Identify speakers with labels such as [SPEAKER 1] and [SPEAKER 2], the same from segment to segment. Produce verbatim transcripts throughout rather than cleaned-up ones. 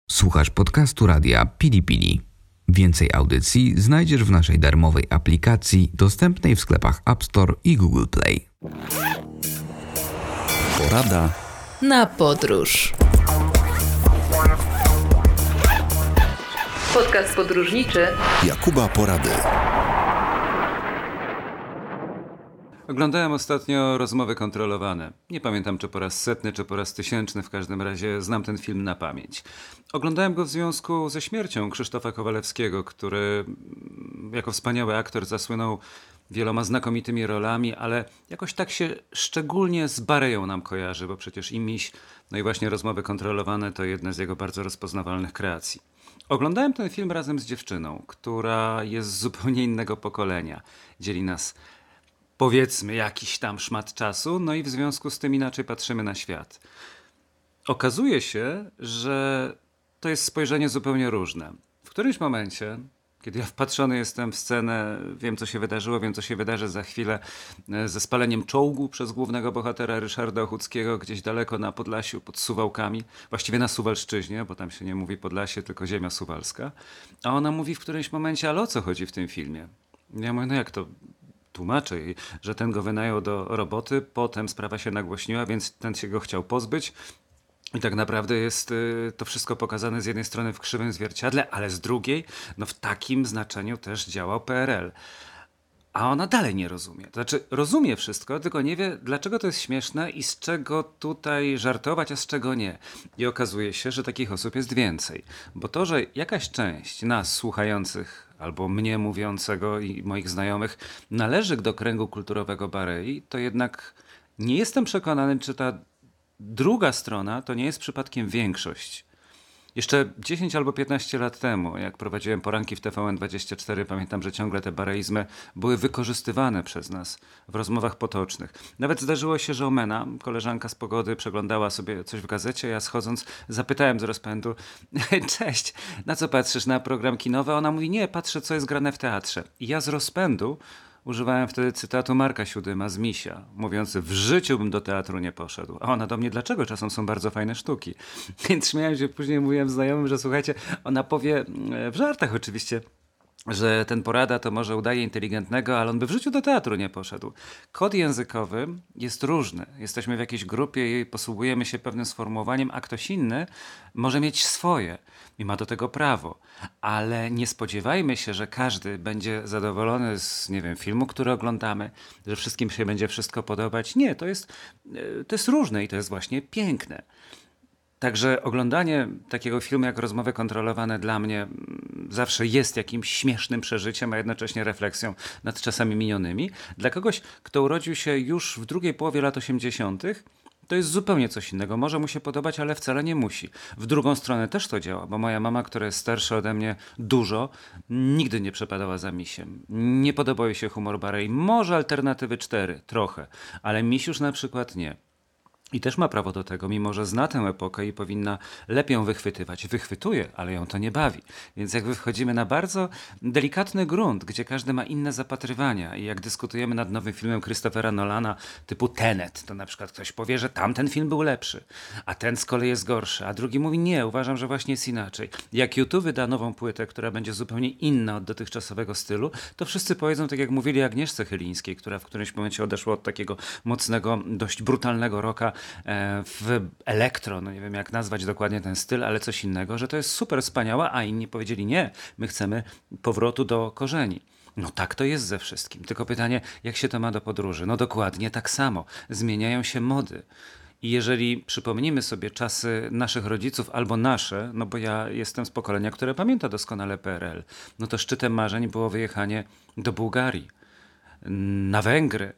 [SPEAKER 1] Słuchasz podcastu radia Pili Pili. Więcej audycji znajdziesz w naszej darmowej aplikacji dostępnej w sklepach App Store i Google Play.
[SPEAKER 2] Porada
[SPEAKER 3] na podróż. Podcast podróżniczy
[SPEAKER 2] Jakuba Porady.
[SPEAKER 4] Oglądałem ostatnio Rozmowy kontrolowane. Nie pamiętam, czy po raz setny, czy po raz tysięczny, w każdym razie znam ten film na pamięć. Oglądałem go w związku ze śmiercią Krzysztofa Kowalewskiego, który jako wspaniały aktor zasłynął wieloma znakomitymi rolami, ale jakoś tak się szczególnie z Bareją nam kojarzy, bo przecież i Miś, no i właśnie Rozmowy kontrolowane to jedna z jego bardzo rozpoznawalnych kreacji. Oglądałem ten film razem z dziewczyną, która jest z zupełnie innego pokolenia. Dzieli nas powiedzmy jakiś tam szmat czasu, no i w związku z tym inaczej patrzymy na świat. Okazuje się, że to jest spojrzenie zupełnie różne. W którymś momencie, kiedy ja wpatrzony jestem w scenę, wiem co się wydarzyło, wiem co się wydarzy za chwilę ze spaleniem czołgu przez głównego bohatera Ryszarda Ochódzkiego gdzieś daleko na Podlasiu pod Suwałkami, właściwie na Suwalszczyźnie, bo tam się nie mówi Podlasie, tylko ziemia suwalska. A ona mówi w którymś momencie, ale o co chodzi w tym filmie? Ja mówię, no jak to? Tłumaczę jej, że ten go wynajął do roboty, potem sprawa się nagłośniła, więc ten się go chciał pozbyć. I tak naprawdę jest y, to wszystko pokazane z jednej strony w krzywym zwierciadle, ale z drugiej, no w takim znaczeniu też działał P R L. A ona dalej nie rozumie. To znaczy rozumie wszystko, tylko nie wie, dlaczego to jest śmieszne i z czego tutaj żartować, a z czego nie. I okazuje się, że takich osób jest więcej. Bo to, że jakaś część nas słuchających albo mnie mówiącego i moich znajomych należy do kręgu kulturowego Barei, to jednak nie jestem przekonany, czy ta druga strona to nie jest przypadkiem większość. Jeszcze dziesięć albo piętnaście lat temu, jak prowadziłem poranki w T V N dwadzieścia cztery, pamiętam, że ciągle te bareizmy były wykorzystywane przez nas w rozmowach potocznych. Nawet zdarzyło się, że Omena, koleżanka z Pogody, przeglądała sobie coś w gazecie, ja schodząc zapytałem z rozpędu: cześć, na co patrzysz, na program kinowy? A ona mówi: nie, patrzę, co jest grane w teatrze. I ja z rozpędu używałem wtedy cytatu Marka Siódyma z Misia, mówiąc: w życiu bym do teatru nie poszedł. A ona do mnie: dlaczego? Czasem są bardzo fajne sztuki. Więc śmiałem się, później mówiłem znajomym, że słuchajcie, ona powie, w żartach oczywiście, że ten Porada to może udaje inteligentnego, ale on by w życiu do teatru nie poszedł. Kod językowy jest różny. Jesteśmy w jakiejś grupie i posługujemy się pewnym sformułowaniem, a ktoś inny może mieć swoje i ma do tego prawo. Ale nie spodziewajmy się, że każdy będzie zadowolony z, nie wiem, filmu, który oglądamy, że wszystkim się będzie wszystko podobać. Nie, to jest, to jest różne i to jest właśnie piękne. Także oglądanie takiego filmu jak Rozmowy kontrolowane dla mnie zawsze jest jakimś śmiesznym przeżyciem, a jednocześnie refleksją nad czasami minionymi. Dla kogoś, kto urodził się już w drugiej połowie lat osiemdziesiątych, to jest zupełnie coś innego. Może mu się podobać, ale wcale nie musi. W drugą stronę też to działa, bo moja mama, która jest starsza ode mnie dużo, nigdy nie przepadała za Misiem. Nie podobał jej się humor Barei. Może Alternatywy cztery, trochę, ale Misiusz na przykład nie. I też ma prawo do tego, mimo że zna tę epokę i powinna lepiej ją wychwytywać. Wychwytuje, ale ją to nie bawi. Więc jakby wchodzimy na bardzo delikatny grunt, gdzie każdy ma inne zapatrywania. I jak dyskutujemy nad nowym filmem Christophera Nolana typu Tenet, to na przykład ktoś powie, że tamten film był lepszy, a ten z kolei jest gorszy, a drugi mówi: nie, uważam, że właśnie jest inaczej. Jak YouTube wyda nową płytę, która będzie zupełnie inna od dotychczasowego stylu, to wszyscy powiedzą, tak jak mówili Agnieszce Chylińskiej, która w którymś momencie odeszła od takiego mocnego, dość brutalnego rocka w elektro, no nie wiem jak nazwać dokładnie ten styl, ale coś innego, że to jest super wspaniała, a inni powiedzieli: nie, my chcemy powrotu do korzeni. No tak to jest ze wszystkim. Tylko pytanie, jak się to ma do podróży? No dokładnie tak samo. Zmieniają się mody. I jeżeli przypomnimy sobie czasy naszych rodziców albo nasze, no bo ja jestem z pokolenia, które pamięta doskonale P R L, no to szczytem marzeń było wyjechanie do Bułgarii, na Węgry,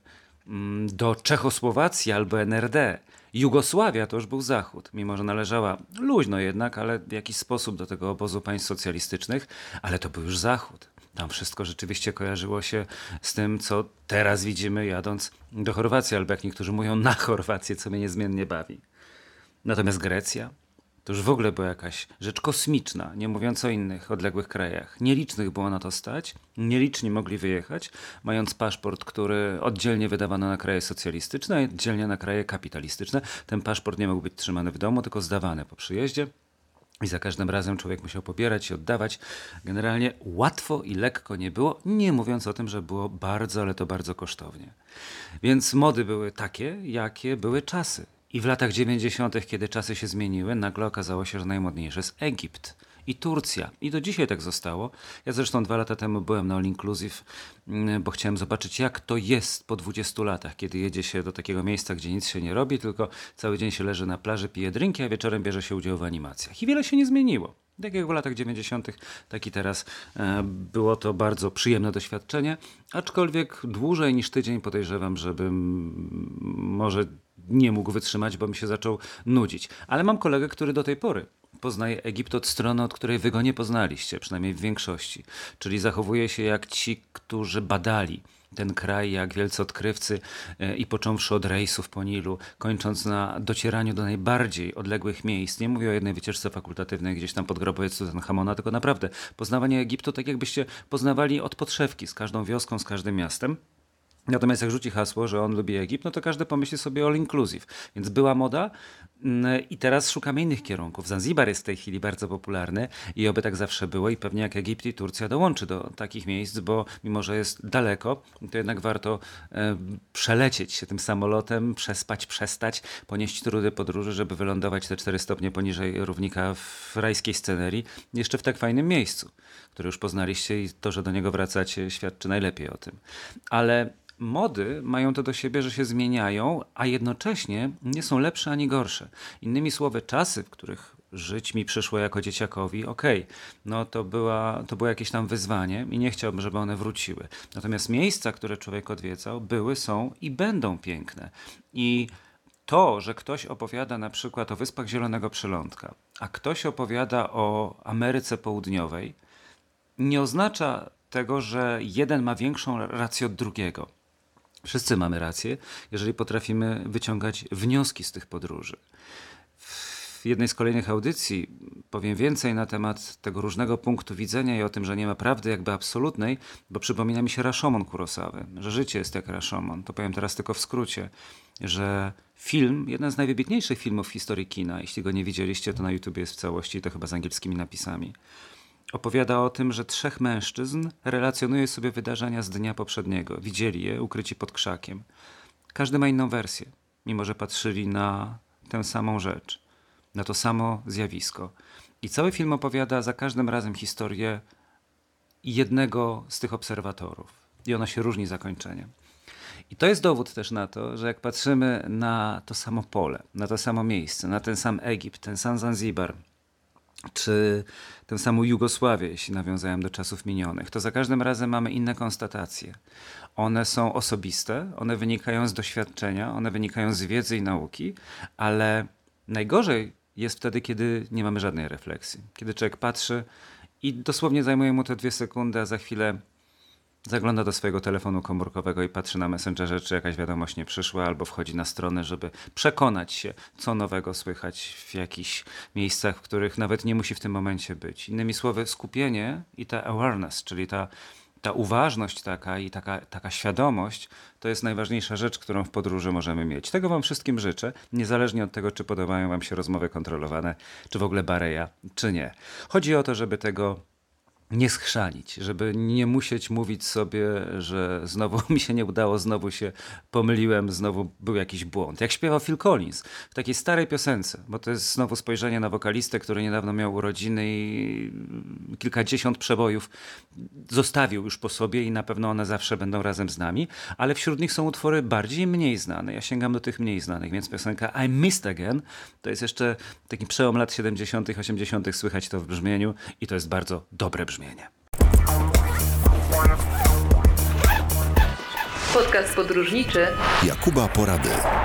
[SPEAKER 4] do Czechosłowacji albo N R D. Jugosławia to już był Zachód, mimo że należała luźno jednak, ale w jakiś sposób do tego obozu państw socjalistycznych, ale to był już Zachód. Tam wszystko rzeczywiście kojarzyło się z tym, co teraz widzimy jadąc do Chorwacji, albo jak niektórzy mówią, na Chorwację, co mnie niezmiennie bawi. Natomiast Grecja to już w ogóle była jakaś rzecz kosmiczna, nie mówiąc o innych odległych krajach. Nielicznych było na to stać, nieliczni mogli wyjechać, mając paszport, który oddzielnie wydawano na kraje socjalistyczne, a oddzielnie na kraje kapitalistyczne. Ten paszport nie mógł być trzymany w domu, tylko zdawany po przyjeździe. I za każdym razem człowiek musiał pobierać i oddawać. Generalnie łatwo i lekko nie było, nie mówiąc o tym, że było bardzo, ale to bardzo kosztownie. Więc mody były takie, jakie były czasy. I w latach dziewięćdziesiątych, kiedy czasy się zmieniły, nagle okazało się, że najmodniejszy jest Egipt i Turcja. I do dzisiaj tak zostało. Ja zresztą dwa lata temu byłem na All Inclusive, bo chciałem zobaczyć, jak to jest po dwudziestu latach, kiedy jedzie się do takiego miejsca, gdzie nic się nie robi, tylko cały dzień się leży na plaży, pije drinki, a wieczorem bierze się udział w animacjach. I wiele się nie zmieniło. Tak jak w latach dziewięćdziesiątych, tak i teraz e, było to bardzo przyjemne doświadczenie, aczkolwiek dłużej niż tydzień podejrzewam, żebym może nie mógł wytrzymać, bo mi się zaczął nudzić. Ale mam kolegę, który do tej pory poznaje Egipt od strony, od której wy go nie poznaliście, przynajmniej w większości. Czyli zachowuje się jak ci, którzy badali ten kraj, jak wielcy odkrywcy e, i począwszy od rejsów po Nilu, kończąc na docieraniu do najbardziej odległych miejsc. Nie mówię o jednej wycieczce fakultatywnej gdzieś tam pod grobowiec Tutenchamona, tylko naprawdę poznawanie Egiptu tak jakbyście poznawali od podszewki, z każdą wioską, z każdym miastem. Natomiast jak rzuci hasło, że on lubi Egipt, no to każdy pomyśli sobie all inclusive. Więc była moda i teraz szukamy innych kierunków. Zanzibar jest w tej chwili bardzo popularny i oby tak zawsze było i pewnie jak Egipt i Turcja dołączy do takich miejsc, bo mimo, że jest daleko, to jednak warto e, przelecieć się tym samolotem, przespać, przestać, ponieść trudy podróży, żeby wylądować te cztery stopnie poniżej równika w rajskiej scenerii, jeszcze w tak fajnym miejscu, które już poznaliście i to, że do niego wracacie, świadczy najlepiej o tym. Ale mody mają to do siebie, że się zmieniają, a jednocześnie nie są lepsze ani gorsze. Innymi słowy, czasy, w których żyć mi przyszło jako dzieciakowi, okej, okay, no to, była, to było jakieś tam wyzwanie i nie chciałbym, żeby one wróciły. Natomiast miejsca, które człowiek odwiedzał, były, są i będą piękne. I to, że ktoś opowiada na przykład o Wyspach Zielonego Przylądka, a ktoś opowiada o Ameryce Południowej, nie oznacza tego, że jeden ma większą rację od drugiego. Wszyscy mamy rację, jeżeli potrafimy wyciągać wnioski z tych podróży. W jednej z kolejnych audycji powiem więcej na temat tego różnego punktu widzenia i o tym, że nie ma prawdy jakby absolutnej, bo przypomina mi się Rashomon Kurosawy, że życie jest jak Rashomon. To powiem teraz tylko w skrócie, że film, jeden z najwybitniejszych filmów w historii kina, jeśli go nie widzieliście, to na YouTubie jest w całości, to chyba z angielskimi napisami, opowiada o tym, że trzech mężczyzn relacjonuje sobie wydarzenia z dnia poprzedniego. Widzieli je, ukryci pod krzakiem. Każdy ma inną wersję, mimo że patrzyli na tę samą rzecz, na to samo zjawisko. I cały film opowiada za każdym razem historię jednego z tych obserwatorów. I ona się różni zakończeniem. I to jest dowód też na to, że jak patrzymy na to samo pole, na to samo miejsce, na ten sam Egipt, ten sam Zanzibar, czy tę samą Jugosławię, jeśli nawiązałem do czasów minionych, to za każdym razem mamy inne konstatacje. One są osobiste, one wynikają z doświadczenia, one wynikają z wiedzy i nauki, ale najgorzej jest wtedy, kiedy nie mamy żadnej refleksji. Kiedy człowiek patrzy i dosłownie zajmuje mu to dwie sekundy, a za chwilę zagląda do swojego telefonu komórkowego i patrzy na Messengerze, czy jakaś wiadomość nie przyszła, albo wchodzi na stronę, żeby przekonać się, co nowego słychać w jakichś miejscach, w których nawet nie musi w tym momencie być. Innymi słowy, skupienie i ta awareness, czyli ta, ta uważność taka i taka, taka świadomość, to jest najważniejsza rzecz, którą w podróży możemy mieć. Tego wam wszystkim życzę, niezależnie od tego, czy podobają wam się rozmowy kontrolowane, czy w ogóle Bareja, czy nie. Chodzi o to, żeby tego nie schrzanić, żeby nie musieć mówić sobie, że znowu mi się nie udało, znowu się pomyliłem, znowu był jakiś błąd. Jak śpiewał Phil Collins w takiej starej piosence, bo to jest znowu spojrzenie na wokalistę, który niedawno miał urodziny i kilkadziesiąt przebojów zostawił już po sobie i na pewno one zawsze będą razem z nami, ale wśród nich są utwory bardziej i mniej znane. Ja sięgam do tych mniej znanych, więc piosenka I Missed Again to jest jeszcze taki przełom lat siedemdziesiątych, osiemdziesiątych, słychać to w brzmieniu i to jest bardzo dobre brzmienie.
[SPEAKER 3] Podcast podróżniczy
[SPEAKER 2] Jakuba Porady.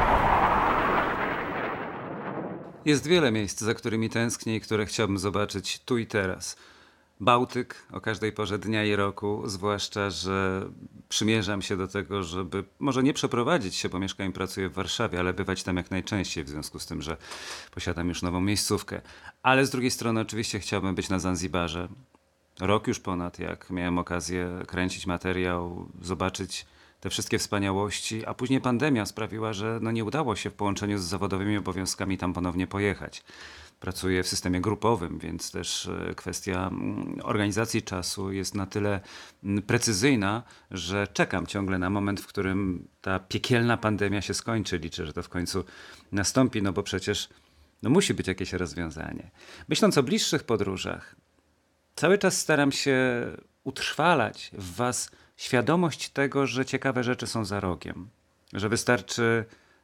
[SPEAKER 4] Jest wiele miejsc, za którymi tęsknię i które chciałbym zobaczyć tu i teraz. Bałtyk o każdej porze dnia i roku, zwłaszcza, że przymierzam się do tego, żeby może nie przeprowadzić się, bo mieszkam i pracuję w Warszawie, ale bywać tam jak najczęściej w związku z tym, że posiadam już nową miejscówkę. Ale z drugiej strony oczywiście chciałbym być na Zanzibarze. Rok już ponad, jak miałem okazję kręcić materiał, zobaczyć te wszystkie wspaniałości, a później pandemia sprawiła, że no nie udało się w połączeniu z zawodowymi obowiązkami tam ponownie pojechać. pracuję w systemie grupowym, więc też e, kwestia mm, organizacji czasu jest na tyle mm, precyzyjna, że czekam ciągle na moment, w którym ta piekielna pandemia się skończy. Liczę, że to w końcu nastąpi, no bo przecież no musi być jakieś rozwiązanie. Myśląc o bliższych podróżach, cały czas staram się utrwalać w was świadomość tego, że ciekawe rzeczy są za rogiem. Że wystarczy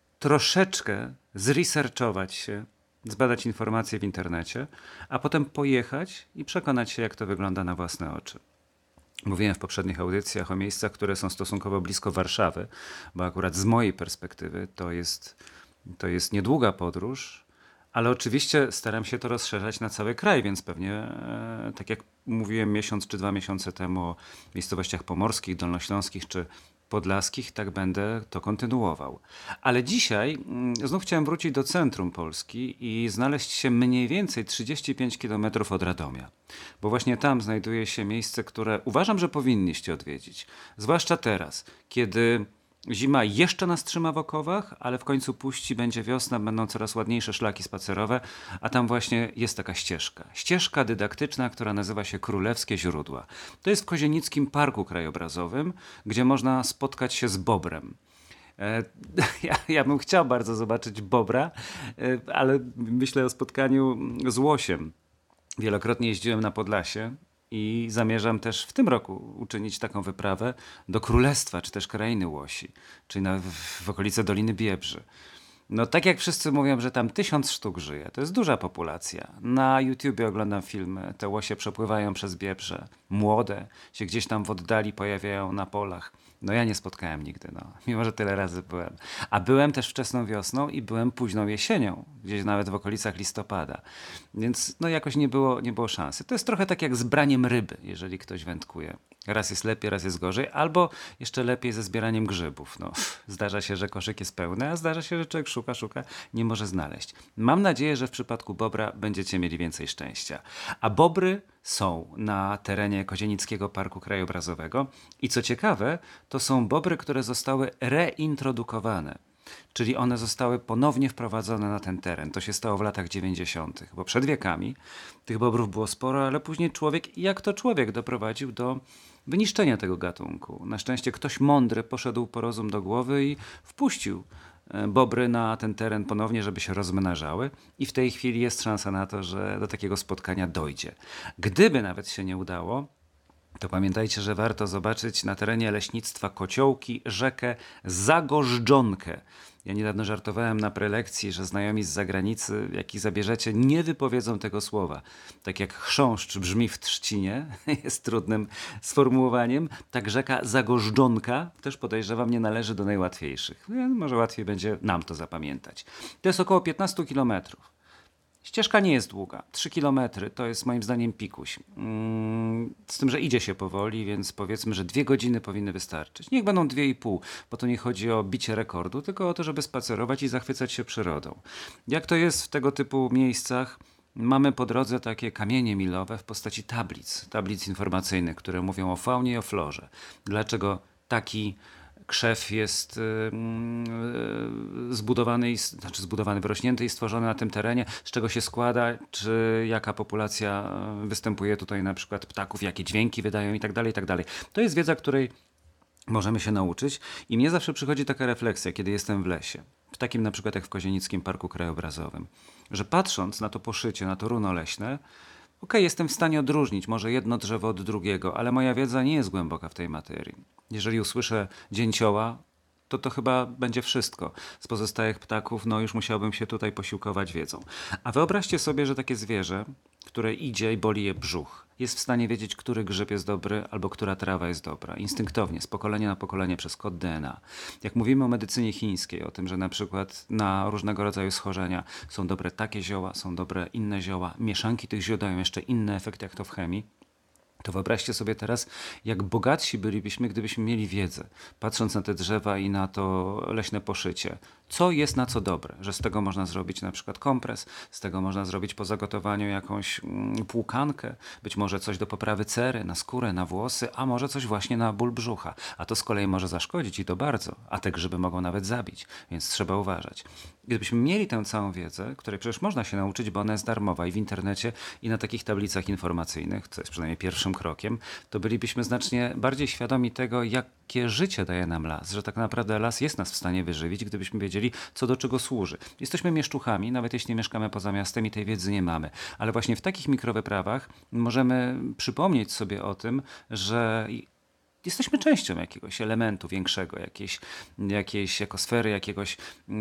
[SPEAKER 4] troszeczkę zresearchować się, zbadać informacje w internecie, a potem pojechać i przekonać się, jak to wygląda na własne oczy. Mówiłem w poprzednich audycjach o miejscach, które są stosunkowo blisko Warszawy, bo akurat z mojej perspektywy to jest, to jest niedługa podróż, ale oczywiście staram się to rozszerzać na cały kraj, więc pewnie, e, tak jak mówiłem miesiąc czy dwa miesiące temu o miejscowościach pomorskich, dolnośląskich czy podlaskich, tak będę to kontynuował. Ale dzisiaj mm, znów chciałem wrócić do centrum Polski i znaleźć się mniej więcej trzydzieści pięć kilometrów od Radomia. Bo właśnie tam znajduje się miejsce, które uważam, że powinniście odwiedzić. Zwłaszcza teraz, kiedy zima jeszcze nas trzyma w okowach, ale w końcu puści, będzie wiosna, będą coraz ładniejsze szlaki spacerowe, a tam właśnie jest taka ścieżka. Ścieżka dydaktyczna, która nazywa się Królewskie Źródła. To jest w Kozienickim Parku Krajobrazowym, gdzie można spotkać się z bobrem. E, ja, ja bym chciał bardzo zobaczyć bobra, e, ale myślę o spotkaniu z łosiem. Wielokrotnie jeździłem na Podlasie i zamierzam też w tym roku uczynić taką wyprawę do Królestwa, czy też Krainy Łosi, czyli na, w, w okolice Doliny Biebrzy. No tak jak wszyscy mówią, że tam tysiąc sztuk żyje, to jest duża populacja. Na YouTubie oglądam filmy, te łosie przepływają przez Biebrze, młode się gdzieś tam w oddali pojawiają na polach. No ja nie spotkałem nigdy, no, mimo że tyle razy byłem. A byłem też wczesną wiosną i byłem późną jesienią, gdzieś nawet w okolicach listopada. Więc no jakoś nie było, nie było szansy. To jest trochę tak jak z braniem ryby, jeżeli ktoś wędkuje. Raz jest lepiej, raz jest gorzej, albo jeszcze lepiej ze zbieraniem grzybów. No, zdarza się, że koszyk jest pełny, a zdarza się, że człowiek szuka, szuka, nie może znaleźć. Mam nadzieję, że w przypadku bobra będziecie mieli więcej szczęścia. A bobry są na terenie Kozienickiego Parku Krajobrazowego i co ciekawe, to są bobry, które zostały reintrodukowane. Czyli one zostały ponownie wprowadzone na ten teren. To się stało w latach dziewięćdziesiątych, bo przed wiekami tych bobrów było sporo, ale później człowiek, jak to człowiek, doprowadził do wyniszczenia tego gatunku. Na szczęście ktoś mądry poszedł po rozum do głowy i wpuścił bobry na ten teren ponownie, żeby się rozmnażały i w tej chwili jest szansa na to, że do takiego spotkania dojdzie. Gdyby nawet się nie udało, to pamiętajcie, że warto zobaczyć na terenie leśnictwa Kociołki rzekę Zagożdżonkę. Ja niedawno żartowałem na prelekcji, że znajomi z zagranicy, jak ich zabierzecie, nie wypowiedzą tego słowa. Tak jak chrząszcz brzmi w trzcinie, jest trudnym sformułowaniem, tak rzeka Zagożdżonka też podejrzewam nie należy do najłatwiejszych. No, może łatwiej będzie nam to zapamiętać. To jest około piętnaście kilometrów. Ścieżka nie jest długa. trzy kilometry to jest moim zdaniem pikuś. Z tym, że idzie się powoli, więc powiedzmy, że dwie godziny powinny wystarczyć. Niech będą dwie i pół, bo to nie chodzi o bicie rekordu, tylko o to, żeby spacerować i zachwycać się przyrodą. Jak to jest w tego typu miejscach? Mamy po drodze takie kamienie milowe w postaci tablic, tablic informacyjnych, które mówią o faunie i o florze. Dlaczego taki krzew jest yy, zbudowany, i, znaczy zbudowany, wyrośnięty i stworzony na tym terenie, z czego się składa, czy jaka populacja występuje tutaj, na przykład ptaków, jakie dźwięki wydają i tak dalej, i tak dalej. To jest wiedza, której możemy się nauczyć i mnie zawsze przychodzi taka refleksja, kiedy jestem w lesie, w takim na przykład jak w Kozienickim Parku Krajobrazowym, że patrząc na to poszycie, na to runo leśne, okej, okay, jestem w stanie odróżnić może jedno drzewo od drugiego, ale moja wiedza nie jest głęboka w tej materii. Jeżeli usłyszę dzięcioła, to to chyba będzie wszystko. Z pozostałych ptaków, no już musiałbym się tutaj posiłkować wiedzą. A wyobraźcie sobie, że takie zwierzę, które idzie i boli je brzuch, jest w stanie wiedzieć, który grzyb jest dobry albo która trawa jest dobra. Instynktownie, z pokolenia na pokolenie, przez kod D N A. Jak mówimy o medycynie chińskiej, o tym, że na przykład na różnego rodzaju schorzenia są dobre takie zioła, są dobre inne zioła, mieszanki tych ziół dają jeszcze inny efekt, jak to w chemii, to wyobraźcie sobie teraz, jak bogatsi bylibyśmy, gdybyśmy mieli wiedzę, patrząc na te drzewa i na to leśne poszycie. Co jest na co dobre, że z tego można zrobić na przykład kompres, z tego można zrobić po zagotowaniu jakąś mm, płukankę, być może coś do poprawy cery, na skórę, na włosy, a może coś właśnie na ból brzucha. A to z kolei może zaszkodzić i to bardzo, a te grzyby mogą nawet zabić, więc trzeba uważać. Gdybyśmy mieli tę całą wiedzę, której przecież można się nauczyć, bo ona jest darmowa i w internecie, i na takich tablicach informacyjnych, co jest przynajmniej pierwszym krokiem, to bylibyśmy znacznie bardziej świadomi tego, jakie życie daje nam las, że tak naprawdę las jest nas w stanie wyżywić, gdybyśmy wiedzieli, co do czego służy. Jesteśmy mieszczuchami, nawet jeśli mieszkamy poza miastem i tej wiedzy nie mamy, ale właśnie w takich mikrowyprawach możemy przypomnieć sobie o tym, że jesteśmy częścią jakiegoś elementu większego, jakiejś, jakiejś ekosfery, jakiegoś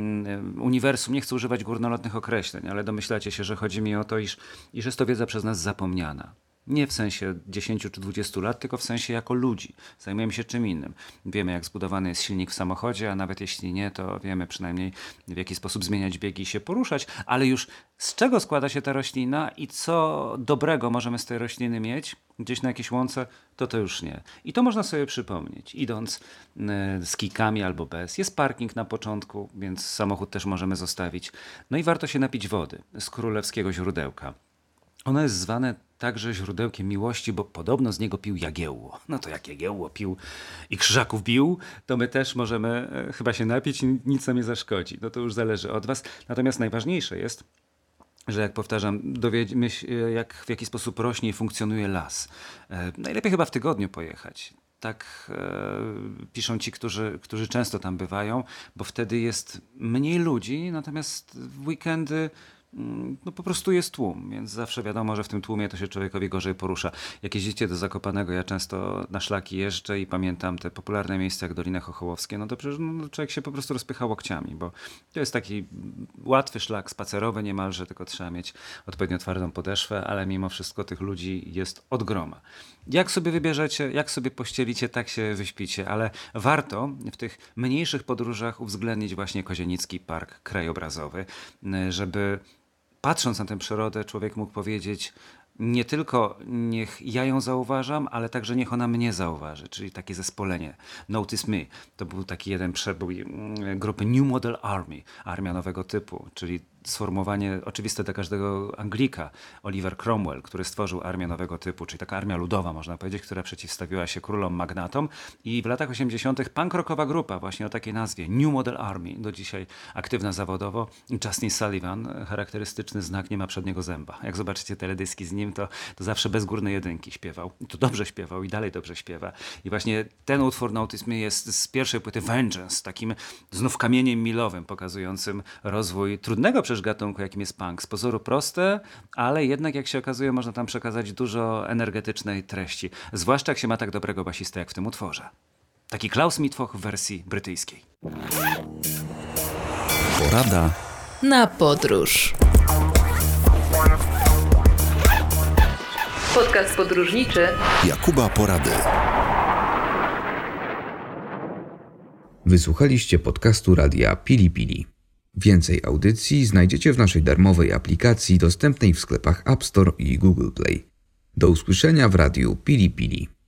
[SPEAKER 4] mm, uniwersum. Nie chcę używać górnolotnych określeń, ale domyślacie się, że chodzi mi o to, iż, iż jest to wiedza przez nas zapomniana. Nie w sensie dziesięciu czy dwudziestu lat, tylko w sensie jako ludzi. Zajmujemy się czym innym. Wiemy, jak zbudowany jest silnik w samochodzie, a nawet jeśli nie, to wiemy przynajmniej, w jaki sposób zmieniać biegi i się poruszać, ale już z czego składa się ta roślina i co dobrego możemy z tej rośliny mieć gdzieś na jakiejś łące, to to już nie. I to można sobie przypomnieć, idąc y, z kijkami albo bez. Jest parking na początku, więc samochód też możemy zostawić. No i warto się napić wody z królewskiego źródełka. Ono jest zwane także źródełkiem miłości, bo podobno z niego pił Jagiełło. No to jak Jagiełło pił i krzyżaków bił, to my też możemy e, chyba się napić i nic nam nie zaszkodzi. No to już zależy od was. Natomiast najważniejsze jest, że jak powtarzam, dowiedzmy się, jak, w jaki sposób rośnie i funkcjonuje las. E, najlepiej chyba w tygodniu pojechać. Tak e, piszą ci, którzy, którzy często tam bywają, bo wtedy jest mniej ludzi, natomiast w weekendy no po prostu jest tłum, więc zawsze wiadomo, że w tym tłumie to się człowiekowi gorzej porusza. Jak jeździcie do Zakopanego, ja często na szlaki jeżdżę i pamiętam te popularne miejsca jak Dolina Chochołowskie, no to przecież no, człowiek się po prostu rozpycha łokciami, bo to jest taki łatwy szlak spacerowy niemalże, tylko trzeba mieć odpowiednio twardą podeszwę, ale mimo wszystko tych ludzi jest od groma. Jak sobie wybierzecie, jak sobie pościelicie, tak się wyśpicie, ale warto w tych mniejszych podróżach uwzględnić właśnie Kozienicki Park Krajobrazowy, żeby patrząc na tę przyrodę, człowiek mógł powiedzieć nie tylko niech ja ją zauważam, ale także niech ona mnie zauważy, czyli takie zespolenie. Notice me. To był taki jeden przebój grupy New Model Army, armia nowego typu, czyli sformułowanie oczywiste dla każdego Anglika, Oliver Cromwell, który stworzył armię nowego typu, czyli taka armia ludowa, można powiedzieć, która przeciwstawiła się królom magnatom i w latach osiemdziesiątych punk rockowa grupa właśnie o takiej nazwie New Model Army, do dzisiaj aktywna zawodowo, Justin Sullivan, charakterystyczny znak, nie ma przedniego zęba. Jak zobaczycie teledyski z nim, to, to zawsze bez górnej jedynki śpiewał. I to dobrze śpiewał i dalej dobrze śpiewa. I właśnie ten utwór Notice Me jest z pierwszej płyty Vengeance, takim znów kamieniem milowym, pokazującym rozwój trudnego przecież gatunku, jakim jest punk. Z pozoru proste, ale jednak jak się okazuje, można tam przekazać dużo energetycznej treści. Zwłaszcza jak się ma tak dobrego basistę jak w tym utworze. Taki Klaus Mittwoch w wersji brytyjskiej.
[SPEAKER 2] Porada
[SPEAKER 3] na podróż. Podcast podróżniczy
[SPEAKER 2] Jakuba Porady.
[SPEAKER 1] Wysłuchaliście podcastu Radia Pili Pili. Więcej audycji znajdziecie w naszej darmowej aplikacji dostępnej w sklepach App Store i Google Play. Do usłyszenia w Radiu Pili Pili.